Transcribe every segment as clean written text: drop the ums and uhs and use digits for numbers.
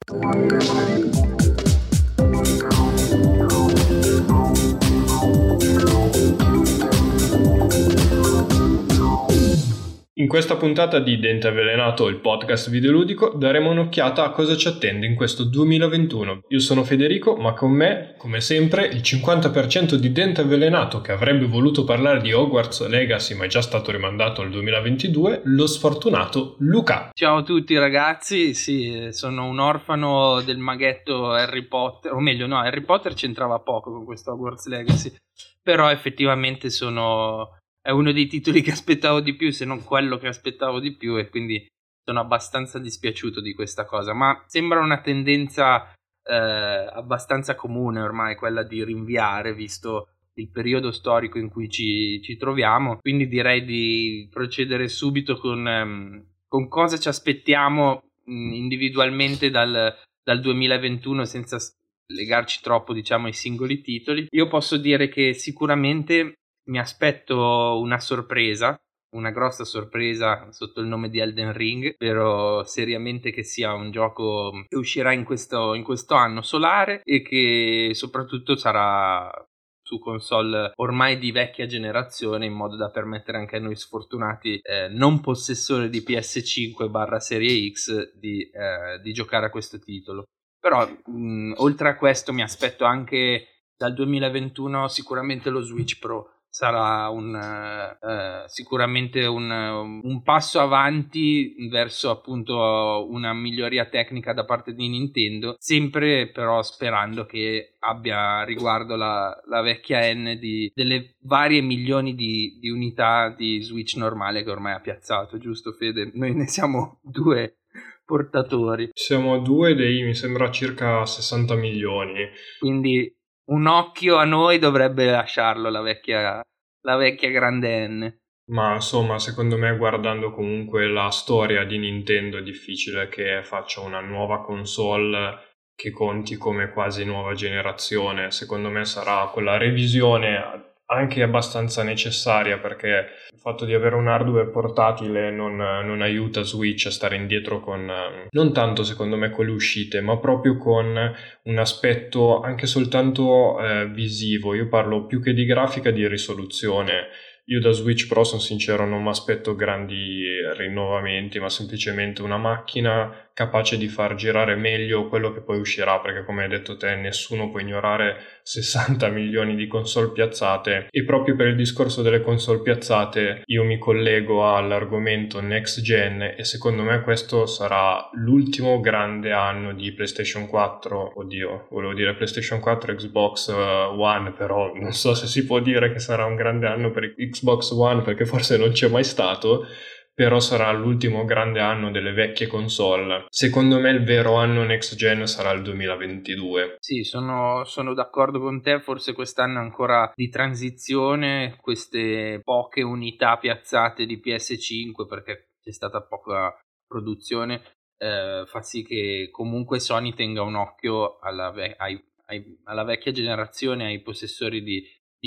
In questa puntata di Dente Avvelenato, il podcast videoludico, daremo un'occhiata a cosa ci attende in questo 2021. Io sono Federico, ma con me, come sempre, il 50% di Dente Avvelenato che avrebbe voluto parlare di Hogwarts Legacy ma è già stato rimandato al 2022, lo sfortunato Luca. Ciao a tutti ragazzi, sì, sono un orfano del maghetto Harry Potter, o meglio no, Harry Potter c'entrava poco con questo Hogwarts Legacy, però effettivamente è uno dei titoli che aspettavo di più, se non quello che aspettavo di più, e quindi sono abbastanza dispiaciuto di questa cosa, ma sembra una tendenza abbastanza comune ormai quella di rinviare, visto il periodo storico in cui ci troviamo, quindi direi di procedere subito con cosa ci aspettiamo individualmente dal 2021 senza legarci troppo, diciamo, ai singoli titoli. Io posso dire che sicuramente mi aspetto una sorpresa, una grossa sorpresa sotto il nome di Elden Ring. Spero seriamente che sia un gioco che uscirà in questo anno solare e che soprattutto sarà su console ormai di vecchia generazione, in modo da permettere anche a noi sfortunati non possessori di PS5 / Serie X di giocare a questo titolo. Però oltre a questo mi aspetto anche dal 2021 sicuramente lo Switch Pro. Sarà sicuramente un passo avanti verso appunto una miglioria tecnica da parte di Nintendo, sempre però sperando che abbia riguardo la vecchia N delle varie milioni di unità di Switch normale che ormai ha piazzato, giusto Fede? Noi ne siamo 2 portatori. Siamo 2 dei, mi sembra, circa 60 milioni. Quindi un occhio a noi dovrebbe lasciarlo la vecchia grande N. Ma insomma, secondo me, guardando comunque la storia di Nintendo, è difficile che faccia una nuova console che conti come quasi nuova generazione. Secondo me sarà quella revisione anche abbastanza necessaria, perché il fatto di avere un hardware portatile non aiuta Switch a stare indietro con, non tanto secondo me con le uscite, ma proprio con un aspetto anche soltanto visivo. Io parlo più che di grafica, di risoluzione. Io da Switch Pro, sono sincero, non mi aspetto grandi rinnovamenti, ma semplicemente una macchina capace di far girare meglio quello che poi uscirà, perché come hai detto te, nessuno può ignorare 60 milioni di console piazzate, e proprio per il discorso delle console piazzate io mi collego all'argomento next gen, e secondo me questo sarà l'ultimo grande anno di PlayStation 4, volevo dire PlayStation 4 e Xbox One, però non so se si può dire che sarà un grande anno per Xbox One, perché forse non c'è mai stato, però sarà l'ultimo grande anno delle vecchie console. Secondo me il vero anno next gen sarà il 2022. Sì, sono d'accordo con te, forse quest'anno è ancora di transizione, queste poche unità piazzate di PS5, perché c'è stata poca produzione, fa sì che comunque Sony tenga un occhio alla vecchia generazione, ai possessori di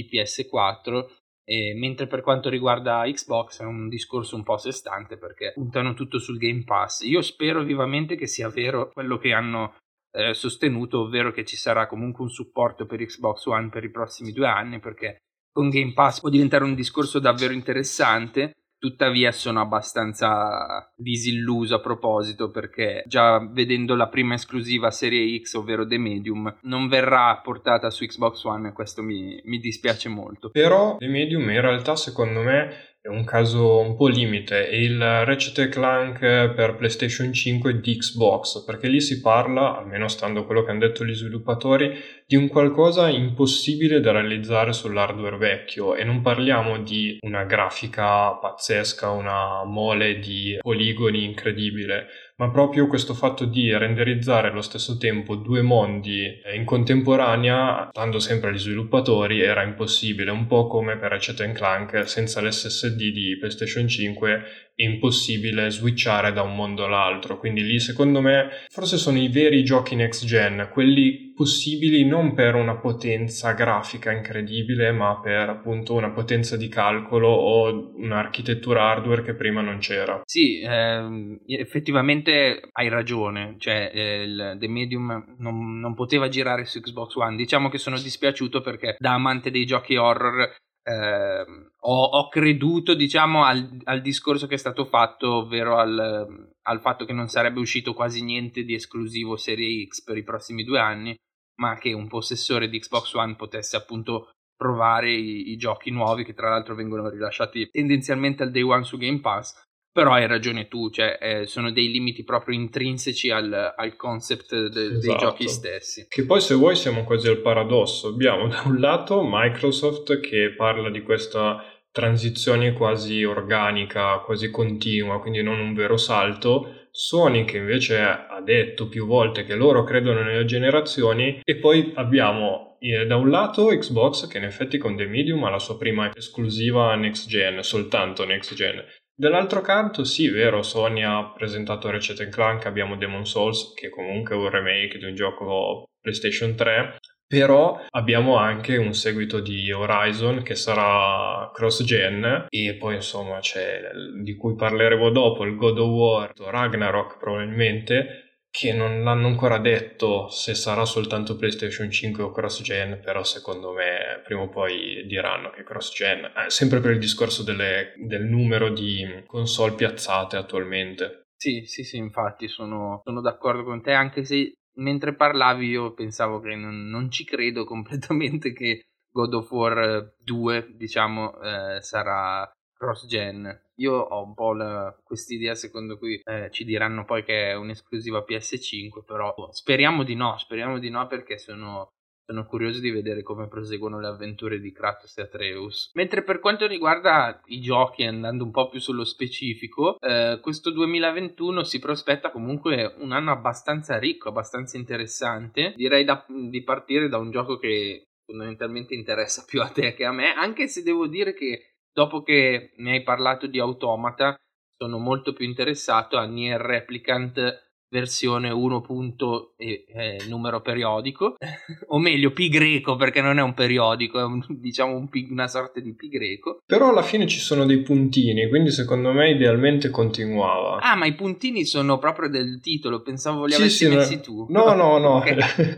PS4. Mentre per quanto riguarda Xbox è un discorso un po' a sé stante, perché puntano tutto sul Game Pass. Io spero vivamente che sia vero quello che hanno sostenuto, ovvero che ci sarà comunque un supporto per Xbox One per i prossimi 2 anni, perché con Game Pass può diventare un discorso davvero interessante. Tuttavia sono abbastanza disilluso a proposito, perché già vedendo la prima esclusiva Serie X, ovvero The Medium, non verrà portata su Xbox One, e questo mi dispiace molto. Però The Medium in realtà secondo me è un caso un po' limite, è il Ratchet & Clank per PlayStation 5 di Xbox, perché lì si parla, almeno stando a quello che hanno detto gli sviluppatori, di un qualcosa impossibile da realizzare sull'hardware vecchio, e non parliamo di una grafica pazzesca, una mole di poligoni incredibile, ma proprio questo fatto di renderizzare allo stesso tempo 2 mondi in contemporanea, stando sempre agli sviluppatori, era impossibile, un po' come per Ratchet & Clank senza l'SSD di PlayStation 5 è impossibile switchare da un mondo all'altro, quindi lì secondo me forse sono i veri giochi next gen, quelli possibili non per una potenza grafica incredibile, ma per appunto una potenza di calcolo o un'architettura hardware che prima non c'era. Sì, effettivamente hai ragione, cioè The Medium non poteva girare su Xbox One. Diciamo che sono dispiaciuto perché da amante dei giochi horror ho creduto, diciamo, al discorso che è stato fatto, ovvero al fatto che non sarebbe uscito quasi niente di esclusivo Serie X per i prossimi 2 anni, ma che un possessore di Xbox One potesse appunto provare i giochi nuovi, che tra l'altro vengono rilasciati tendenzialmente al day one su Game Pass. Però hai ragione tu, cioè sono dei limiti proprio intrinseci al concept dei giochi stessi. Che poi, se vuoi, siamo quasi al paradosso. Abbiamo da un lato Microsoft che parla di questa transizione quasi organica, quasi continua, quindi non un vero salto. Sony che invece ha detto più volte che loro credono nelle generazioni, e poi abbiamo da un lato Xbox che in effetti con The Medium ha la sua prima esclusiva next gen, soltanto next gen. Dall'altro canto, sì, vero, Sony ha presentato Ratchet & Clank, abbiamo Demon's Souls, che comunque è un remake di un gioco PlayStation 3, però abbiamo anche un seguito di Horizon che sarà cross-gen, e poi insomma c'è, di cui parleremo dopo, il God of War, Ragnarok probabilmente, che non hanno ancora detto se sarà soltanto PlayStation 5 o cross-gen, però secondo me prima o poi diranno che cross-gen, sempre per il discorso del numero di console piazzate attualmente. Sì, infatti sono d'accordo con te, anche se mentre parlavi io pensavo che non ci credo completamente che God of War 2, diciamo, sarà cross-gen. Io ho un po' quest'idea secondo cui ci diranno poi che è un'esclusiva PS5, però speriamo di no perché sono curioso di vedere come proseguono le avventure di Kratos e Atreus. Mentre per quanto riguarda i giochi, andando un po' più sullo specifico, questo 2021 si prospetta comunque un anno abbastanza ricco, abbastanza interessante. Direi di partire da un gioco che fondamentalmente interessa più a te che a me, anche se devo dire che dopo che mi hai parlato di Automata sono molto più interessato a Nier Replicant versione 1. Numero periodico o meglio pi greco, perché non è un periodico, è diciamo una sorta di pi greco. Però alla fine ci sono dei puntini, quindi secondo me idealmente continuava. Ah, ma i puntini sono proprio del titolo, pensavo li avessi messi tu. No. Okay.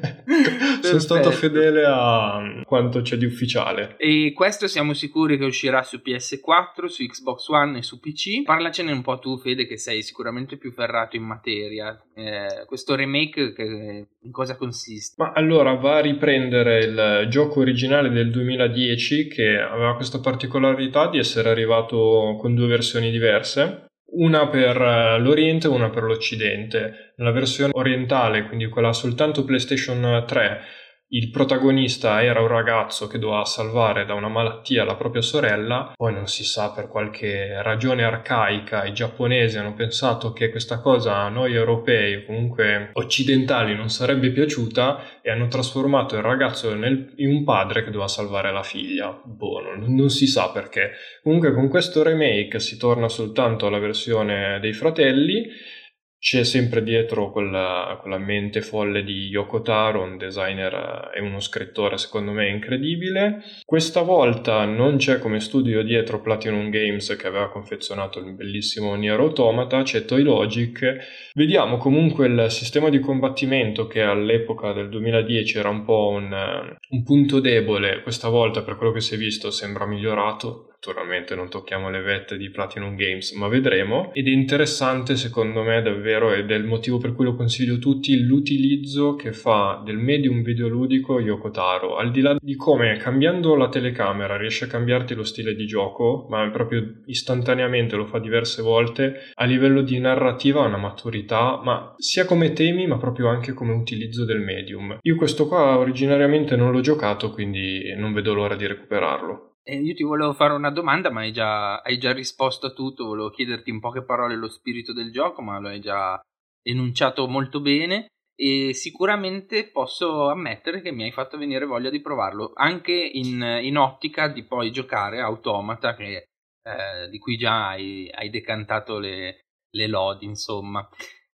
Sono stato fedele a quanto c'è di ufficiale. E questo siamo sicuri che uscirà su PS4, su Xbox One e su PC. Parlacene un po' tu, Fede, che sei sicuramente più ferrato in materia. Questo remake in cosa consiste? Ma allora va a riprendere il gioco originale del 2010, che aveva questa particolarità di essere arrivato con 2 versioni diverse, una per l'Oriente e una per l'Occidente. Nella versione orientale, quindi quella soltanto PlayStation 3, il protagonista era un ragazzo che doveva salvare da una malattia la propria sorella. Poi non si sa, per qualche ragione arcaica i giapponesi hanno pensato che questa cosa a noi europei o comunque occidentali non sarebbe piaciuta e hanno trasformato il ragazzo in un padre che doveva salvare la figlia. Non si sa perché. Comunque con questo remake si torna soltanto alla versione dei fratelli. C'è sempre dietro quella mente folle di Yoko Taro, un designer e uno scrittore secondo me incredibile. Questa volta non c'è come studio dietro Platinum Games, che aveva confezionato il bellissimo Nier Automata, c'è Toy Logic. Vediamo comunque il sistema di combattimento, che all'epoca del 2010 era un po' un punto debole. Questa volta, per quello che si è visto, sembra migliorato. Naturalmente non tocchiamo le vette di Platinum Games, ma vedremo. Ed è interessante secondo me davvero, ed è il motivo per cui lo consiglio a tutti, l'utilizzo che fa del medium videoludico Yoko Taro. Al di là di come cambiando la telecamera riesce a cambiarti lo stile di gioco, ma proprio istantaneamente lo fa diverse volte, a livello di narrativa ha una maturità, ma sia come temi ma proprio anche come utilizzo del medium. Io questo qua originariamente non l'ho giocato, quindi non vedo l'ora di recuperarlo. Io ti volevo fare una domanda, ma hai già risposto a tutto. Volevo chiederti in poche parole lo spirito del gioco, ma lo hai già enunciato molto bene. E sicuramente posso ammettere che mi hai fatto venire voglia di provarlo, anche in ottica di poi giocare Automata, che di cui già hai decantato le lodi, insomma.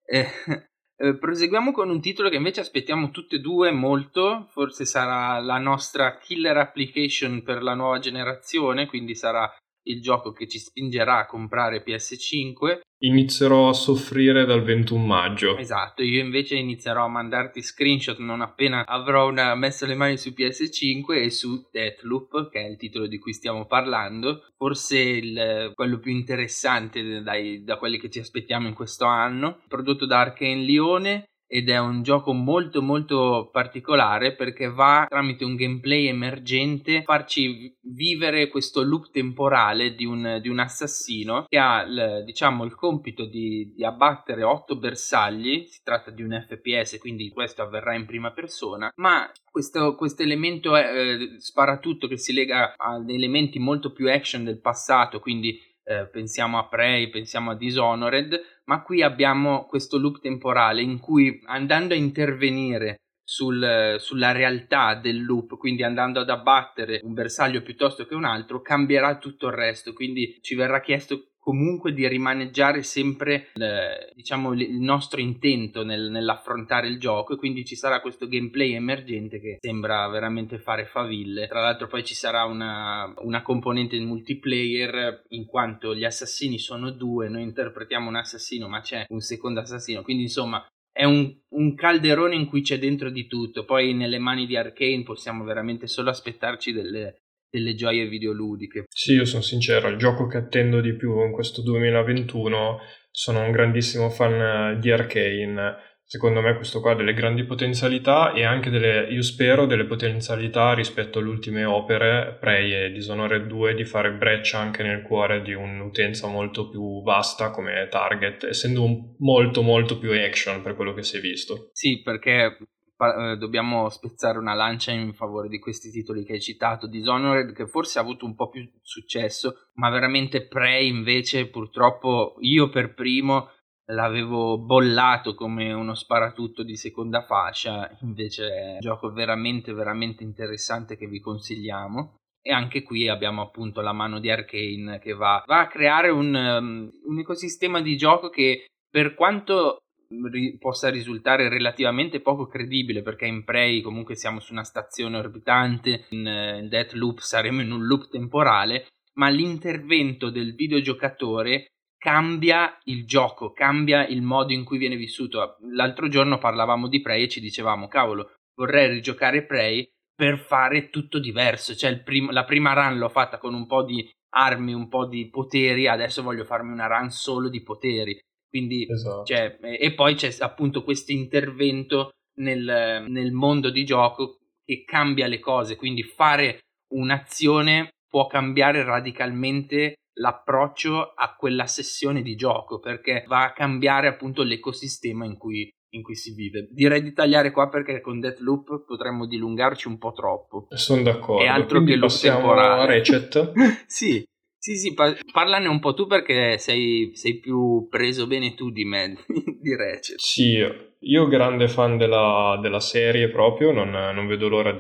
Proseguiamo con un titolo che invece aspettiamo tutte e due molto, forse sarà la nostra killer application per la nuova generazione, quindi sarà il gioco che ci spingerà a comprare PS5. Inizierò a soffrire dal 21 maggio. Esatto, io invece inizierò a mandarti screenshot non appena avrò messo le mani su PS5 e su Deathloop, che è il titolo di cui stiamo parlando, forse quello più interessante da quelli che ci aspettiamo in questo anno, prodotto da Arcane Lione, ed è un gioco molto molto particolare perché va tramite un gameplay emergente a farci vivere questo loop temporale di un assassino che ha il compito di abbattere 8 bersagli. Si tratta di un FPS, quindi questo avverrà in prima persona, ma questo elemento sparatutto che si lega ad elementi molto più action del passato, quindi pensiamo a Prey, pensiamo a Dishonored, ma qui abbiamo questo loop temporale in cui, andando a intervenire sulla realtà del loop, quindi andando ad abbattere un bersaglio piuttosto che un altro, cambierà tutto il resto, quindi ci verrà chiesto comunque di rimaneggiare sempre il nostro intento nell'affrontare il gioco, e quindi ci sarà questo gameplay emergente che sembra veramente fare faville. Tra l'altro poi ci sarà una componente in multiplayer, in quanto gli assassini sono 2, noi interpretiamo un assassino ma c'è un secondo assassino, quindi insomma è un calderone in cui c'è dentro di tutto. Poi nelle mani di Arcane possiamo veramente solo aspettarci delle gioie videoludiche. Sì, io sono sincero, il gioco che attendo di più in questo 2021, sono un grandissimo fan di Arcane. Secondo me questo qua ha delle grandi potenzialità e anche io spero, delle potenzialità rispetto alle ultime opere, Prey e Dishonored 2, di fare breccia anche nel cuore di un'utenza molto più vasta come Target, essendo molto molto più action per quello che si è visto. Sì, perché dobbiamo spezzare una lancia in favore di questi titoli che hai citato. Dishonored, che forse ha avuto un po' più successo, ma veramente Prey invece purtroppo io per primo l'avevo bollato come uno sparatutto di seconda fascia. Invece è un gioco veramente veramente interessante che vi consigliamo, e anche qui abbiamo appunto la mano di Arcane che va a creare un ecosistema di gioco che, per quanto possa risultare relativamente poco credibile, perché in Prey comunque siamo su una stazione orbitante, in Deathloop saremo in un loop temporale, ma l'intervento del videogiocatore cambia il gioco, cambia il modo in cui viene vissuto. L'altro giorno parlavamo di Prey e ci dicevamo, cavolo, vorrei rigiocare Prey per fare tutto diverso, cioè la prima run l'ho fatta con un po' di armi, un po' di poteri, adesso voglio farmi una run solo di poteri. Quindi Esatto. e poi c'è appunto questo intervento nel mondo di gioco che cambia le cose, quindi fare un'azione può cambiare radicalmente l'approccio a quella sessione di gioco, perché va a cambiare appunto l'ecosistema in cui si vive. Direi di tagliare qua perché con Deathloop potremmo dilungarci un po' troppo. Sono È d'accordo, altro che quindi loop passiamo a temporale. Ratchet. Sì, parlane un po' tu perché sei più preso bene tu di me di Ratchet. Sì, io grande fan della serie proprio, non vedo l'ora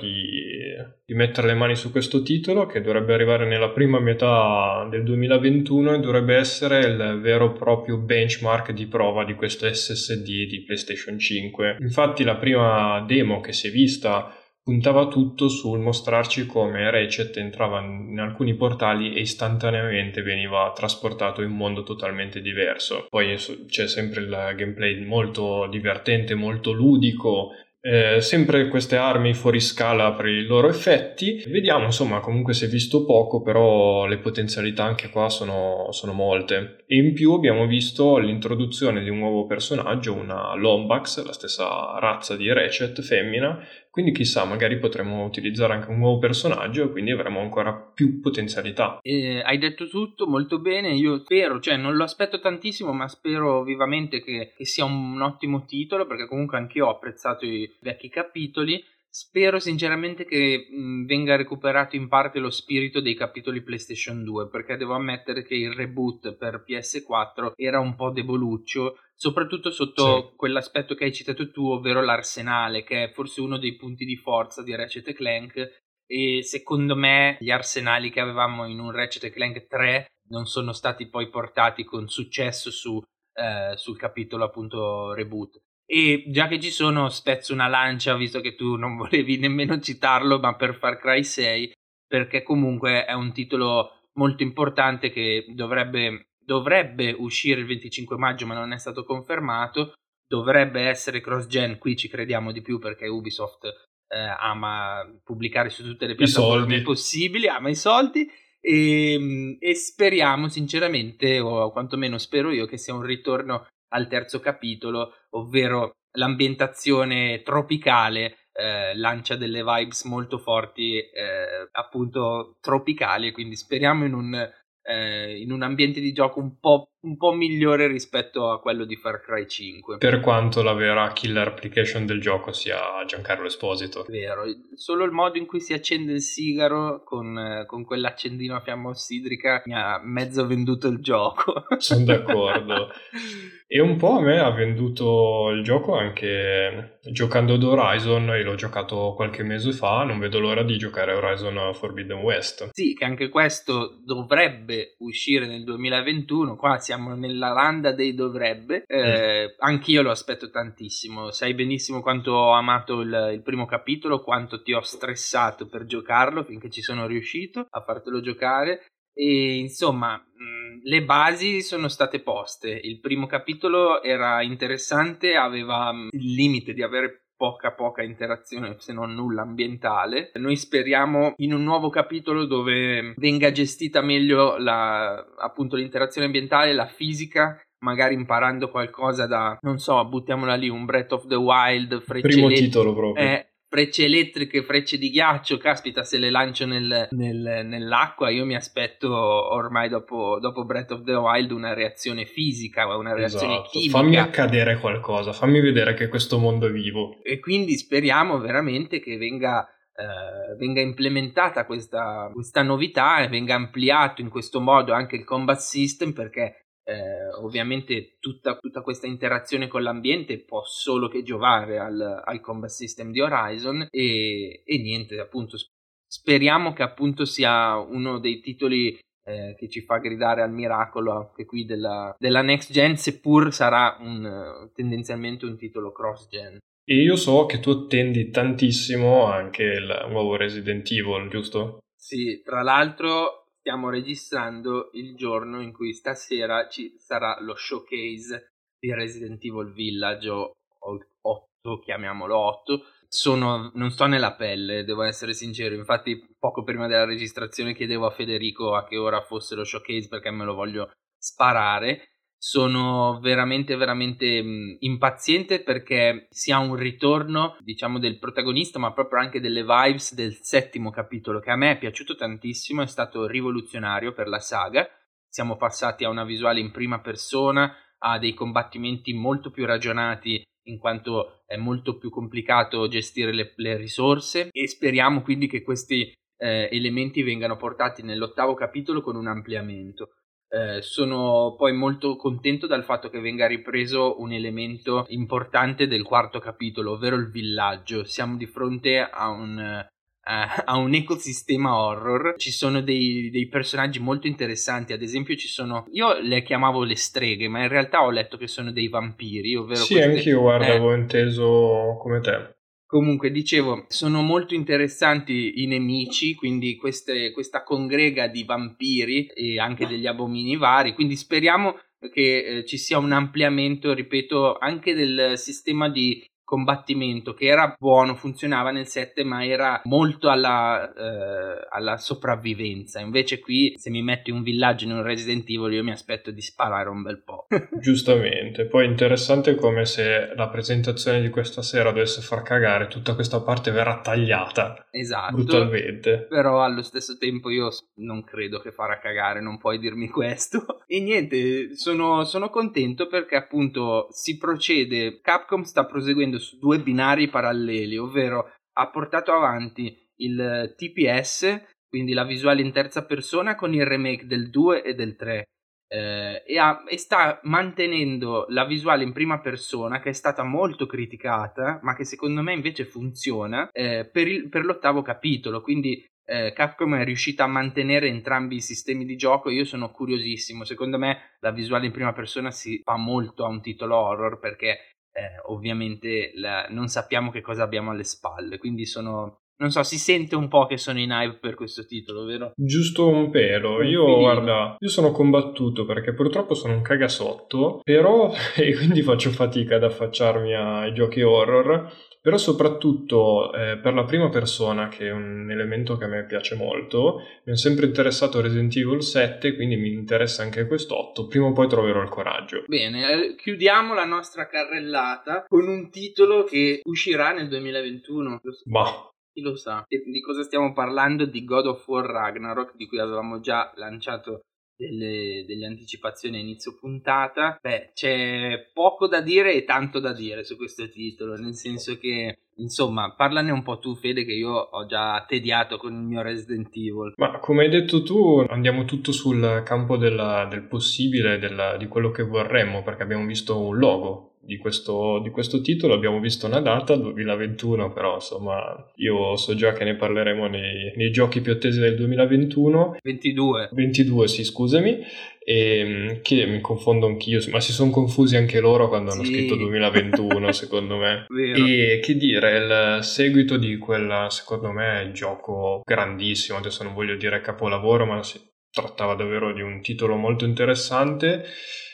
di mettere le mani su questo titolo che dovrebbe arrivare nella prima metà del 2021 e dovrebbe essere il vero e proprio benchmark di prova di questo SSD di PlayStation 5. Infatti la prima demo che si è vista puntava tutto sul mostrarci come Ratchet entrava in alcuni portali e istantaneamente veniva trasportato in un mondo totalmente diverso. Poi c'è sempre il gameplay molto divertente, molto ludico, sempre queste armi fuori scala per i loro effetti. Vediamo, insomma, comunque si è visto poco, però le potenzialità anche qua sono molte. E in più abbiamo visto l'introduzione di un nuovo personaggio, una Lombax, la stessa razza di Ratchet, femmina. Quindi chissà, magari potremo utilizzare anche un nuovo personaggio e quindi avremo ancora più potenzialità. Hai detto tutto molto bene, io spero, cioè non lo aspetto tantissimo, ma spero vivamente che sia un ottimo titolo, perché comunque anch'io ho apprezzato i vecchi capitoli. Spero sinceramente che venga recuperato in parte lo spirito dei capitoli PlayStation 2, perché devo ammettere che il reboot per PS4 era un po' deboluccio, soprattutto sotto quell'aspetto che hai citato tu, ovvero l'arsenale, che è forse uno dei punti di forza di Ratchet & Clank, e secondo me gli arsenali che avevamo in un Ratchet & Clank 3 non sono stati poi portati con successo sul capitolo appunto reboot. E già che ci sono, spezzo una lancia, visto che tu non volevi nemmeno citarlo, ma per Far Cry 6, perché comunque è un titolo molto importante che dovrebbe uscire il 25 maggio, ma non è stato confermato. Dovrebbe essere cross-gen, qui ci crediamo di più perché Ubisoft ama pubblicare su tutte le piattaforme possibili, ama i soldi. E speriamo sinceramente, o quantomeno spero io, che sia un ritorno al terzo capitolo, ovvero l'ambientazione tropicale, lancia delle vibes molto forti, appunto tropicali, quindi speriamo in un ambiente di gioco un po' migliore rispetto a quello di Far Cry 5. Per quanto la vera killer application del gioco sia Giancarlo Esposito. Vero, solo il modo in cui si accende il sigaro con quell'accendino a fiamma ossidrica mi ha mezzo venduto il gioco. Sono d'accordo. E un po' a me ha venduto il gioco anche giocando ad Horizon, io l'ho giocato qualche mese fa, non vedo l'ora di giocare a Horizon Forbidden West. Sì, che anche questo dovrebbe uscire nel 2021, qua siamo nella landa dei dovrebbe, anch'io lo aspetto tantissimo, sai benissimo quanto ho amato il primo capitolo, quanto ti ho stressato per giocarlo finché ci sono riuscito a fartelo giocare. E insomma le basi sono state poste. Il primo capitolo era interessante, aveva il limite di avere poca interazione, se non nulla ambientale. Noi speriamo in un nuovo capitolo dove venga gestita meglio appunto l'interazione ambientale, la fisica, magari imparando qualcosa da, non so, buttiamola lì, un Breath of the Wild, primo titolo proprio. Frecce elettriche, frecce di ghiaccio, caspita, se le lancio nell'acqua, io mi aspetto ormai dopo Breath of the Wild una reazione fisica, una reazione chimica. Fammi accadere qualcosa, fammi vedere che questo mondo è vivo. E quindi speriamo veramente che venga implementata questa novità e venga ampliato in questo modo anche il combat system, perché ovviamente tutta questa interazione con l'ambiente può solo che giovare al combat system di Horizon e niente, appunto speriamo che appunto sia uno dei titoli che ci fa gridare al miracolo anche qui della next gen, seppur sarà tendenzialmente un titolo cross gen. E io so che tu attendi tantissimo anche il nuovo Resident Evil, giusto? Sì, tra l'altro stiamo registrando il giorno in cui stasera ci sarà lo showcase di Resident Evil Village o 8, chiamiamolo 8. Non sto nella pelle, devo essere sincero, infatti poco prima della registrazione chiedevo a Federico a che ora fosse lo showcase perché me lo voglio sparare. Sono veramente impaziente perché si ha un ritorno, diciamo, del protagonista, ma proprio anche delle vibes del settimo capitolo, che a me è piaciuto tantissimo, è stato rivoluzionario per la saga. Siamo passati a una visuale in prima persona, a dei combattimenti molto più ragionati, in quanto è molto più complicato gestire le risorse, e speriamo quindi che questi elementi vengano portati nell'ottavo capitolo con un ampliamento. Sono poi molto contento dal fatto che venga ripreso un elemento importante del quarto capitolo, ovvero il villaggio. Siamo di fronte a un ecosistema horror. Ci sono dei personaggi molto interessanti, ad esempio io le chiamavo le streghe, ma in realtà ho letto che sono dei vampiri, ovvero sì, anch'io avevo inteso come te. Comunque, dicevo, sono molto interessanti i nemici, quindi questa congrega di vampiri e anche degli abomini vari, quindi speriamo che ci sia un ampliamento, ripeto, anche del sistema di combattimento, che era buono, funzionava nel 7, ma era molto alla sopravvivenza. Invece qui, se mi metti un villaggio in un Resident Evil, io mi aspetto di sparare un bel po'. Giustamente. Poi interessante come se la presentazione di questa sera dovesse far cagare, tutta questa parte verrà tagliata. Esatto. Brutalmente. Però allo stesso tempo io non credo che farà cagare, non puoi dirmi questo. E niente, sono contento perché appunto si procede, Capcom sta proseguendo su due binari paralleli, ovvero ha portato avanti il TPS, quindi la visuale in terza persona, con il remake del 2 e del 3. E sta mantenendo la visuale in prima persona, che è stata molto criticata, ma che secondo me invece funziona per l'ottavo capitolo. Quindi Capcom è riuscita a mantenere entrambi i sistemi di gioco e io sono curiosissimo. Secondo me la visuale in prima persona si fa molto a un titolo horror, perché ovviamente non sappiamo che cosa abbiamo alle spalle, quindi non so, si sente un po' che sono in hype per questo titolo, vero? Giusto un pelo. Guarda, io sono combattuto perché purtroppo sono un cagasotto, però e quindi faccio fatica ad affacciarmi ai giochi horror, però soprattutto per la prima persona, che è un elemento che a me piace molto. Mi è sempre interessato Resident Evil 7, quindi mi interessa anche quest'otto. Prima o poi troverò il coraggio. Bene, chiudiamo la nostra carrellata con un titolo che uscirà nel 2021. Bah. Chi lo sa? Di cosa stiamo parlando? Di God of War Ragnarok, di cui avevamo già lanciato delle anticipazioni a inizio puntata. Beh, c'è poco da dire e tanto da dire su questo titolo, nel senso che, insomma, parlane un po' tu, Fede, che io ho già tediato con il mio Resident Evil. Ma come hai detto tu, andiamo tutto sul campo del possibile, di quello che vorremmo, perché abbiamo visto un logo di questo titolo, abbiamo visto una data, 2021, però insomma io so già che ne parleremo nei giochi più attesi del 2021. 22, sì, scusami, e che mi confondo anch'io, ma si sono confusi anche loro quando hanno scritto 2021, secondo me. Vero. E che dire, il seguito di quel, secondo me, è un gioco grandissimo. Adesso non voglio dire capolavoro, ma si trattava davvero di un titolo molto interessante.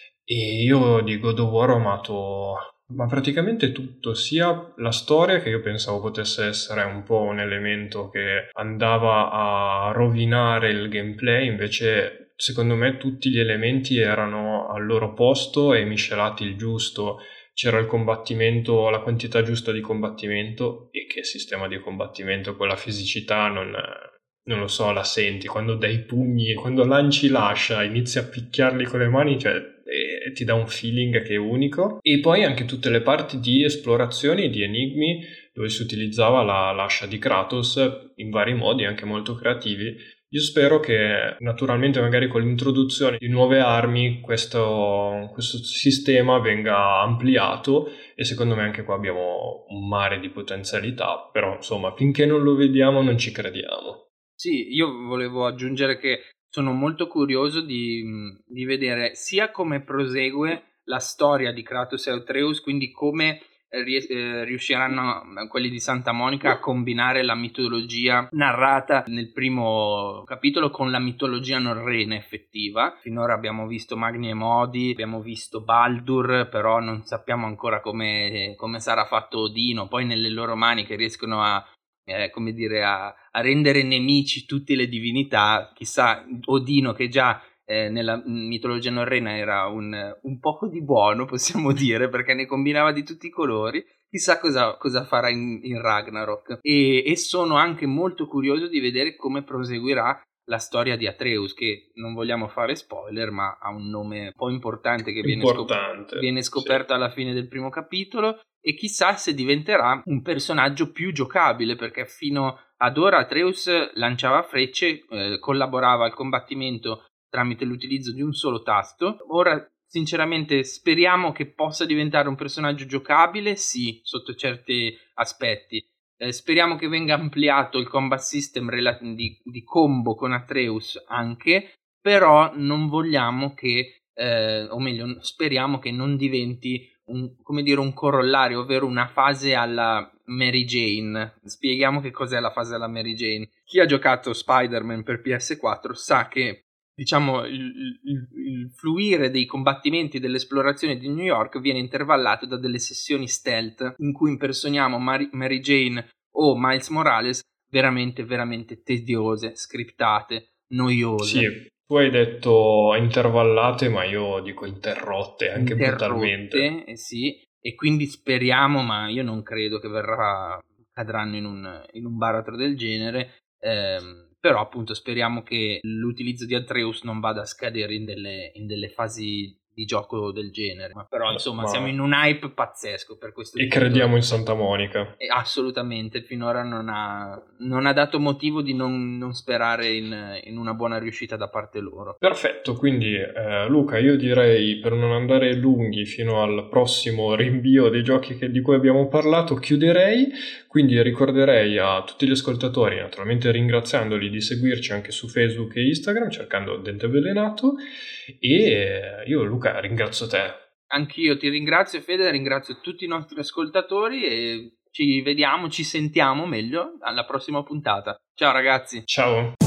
E io di God of War ho amato ma praticamente tutto, sia la storia, che io pensavo potesse essere un po' un elemento che andava a rovinare il gameplay, invece secondo me tutti gli elementi erano al loro posto e miscelati il giusto. C'era il combattimento, la quantità giusta di combattimento, e che sistema di combattimento, quella fisicità non lo so, la senti quando dai pugni, quando lanci l'ascia, inizi a picchiarli con le mani, cioè ti dà un feeling che è unico. E poi anche tutte le parti di esplorazioni, di enigmi, dove si utilizzava l'ascia di Kratos in vari modi, anche molto creativi. Io spero che naturalmente magari con l'introduzione di nuove armi questo sistema venga ampliato, e secondo me anche qua abbiamo un mare di potenzialità, però insomma finché non lo vediamo non ci crediamo. Sì, io volevo aggiungere che sono molto curioso di vedere sia come prosegue la storia di Kratos e Atreus, quindi come riusciranno quelli di Santa Monica a combinare la mitologia narrata nel primo capitolo con la mitologia norrena effettiva. Finora abbiamo visto Magni e Modi, abbiamo visto Baldur, però non sappiamo ancora come sarà fatto Odino. Poi nelle loro mani che riescono a come dire, a rendere nemici tutte le divinità, chissà, Odino, che già nella mitologia norrena era un poco di buono, possiamo dire, perché ne combinava di tutti i colori, chissà cosa farà in Ragnarok. E sono anche molto curioso di vedere come proseguirà la storia di Atreus, che non vogliamo fare spoiler, ma ha un nome un po' importante che viene scoperto alla fine del primo capitolo, e chissà se diventerà un personaggio più giocabile, perché fino ad ora Atreus lanciava frecce, collaborava al combattimento tramite l'utilizzo di un solo tasto. Ora sinceramente speriamo che possa diventare un personaggio giocabile, sì, sotto certi aspetti. Speriamo che venga ampliato il combat system di combo con Atreus anche, però non vogliamo che, o meglio, speriamo che non diventi un corollario, ovvero una fase alla Mary Jane. Spieghiamo che cos'è la fase alla Mary Jane. Chi ha giocato Spider-Man per PS4 sa che, diciamo, il fluire dei combattimenti dell'esplorazione di New York viene intervallato da delle sessioni stealth in cui impersoniamo Mary Jane o Miles Morales, veramente veramente tediose, scriptate, noiose. Sì, tu hai detto intervallate, ma io dico interrotte, anche brutalmente. Sì, e quindi speriamo, ma io non credo che cadranno in un baratro del genere, però appunto speriamo che l'utilizzo di Atreus non vada a scadere in delle fasi di gioco del genere, però insomma siamo in un hype pazzesco per questo e crediamo in Santa Monica, e assolutamente finora non ha dato motivo di non sperare in una buona riuscita da parte loro. Perfetto, quindi Luca, io direi, per non andare lunghi fino al prossimo rinvio dei giochi di cui abbiamo parlato, chiuderei. Quindi ricorderei a tutti gli ascoltatori, naturalmente ringraziandoli, di seguirci anche su Facebook e Instagram cercando Dente Avvelenato, e io Luca ringrazio te. Anch'io ti ringrazio Fede, ringrazio tutti i nostri ascoltatori e ci vediamo, ci sentiamo meglio alla prossima puntata. Ciao ragazzi. Ciao.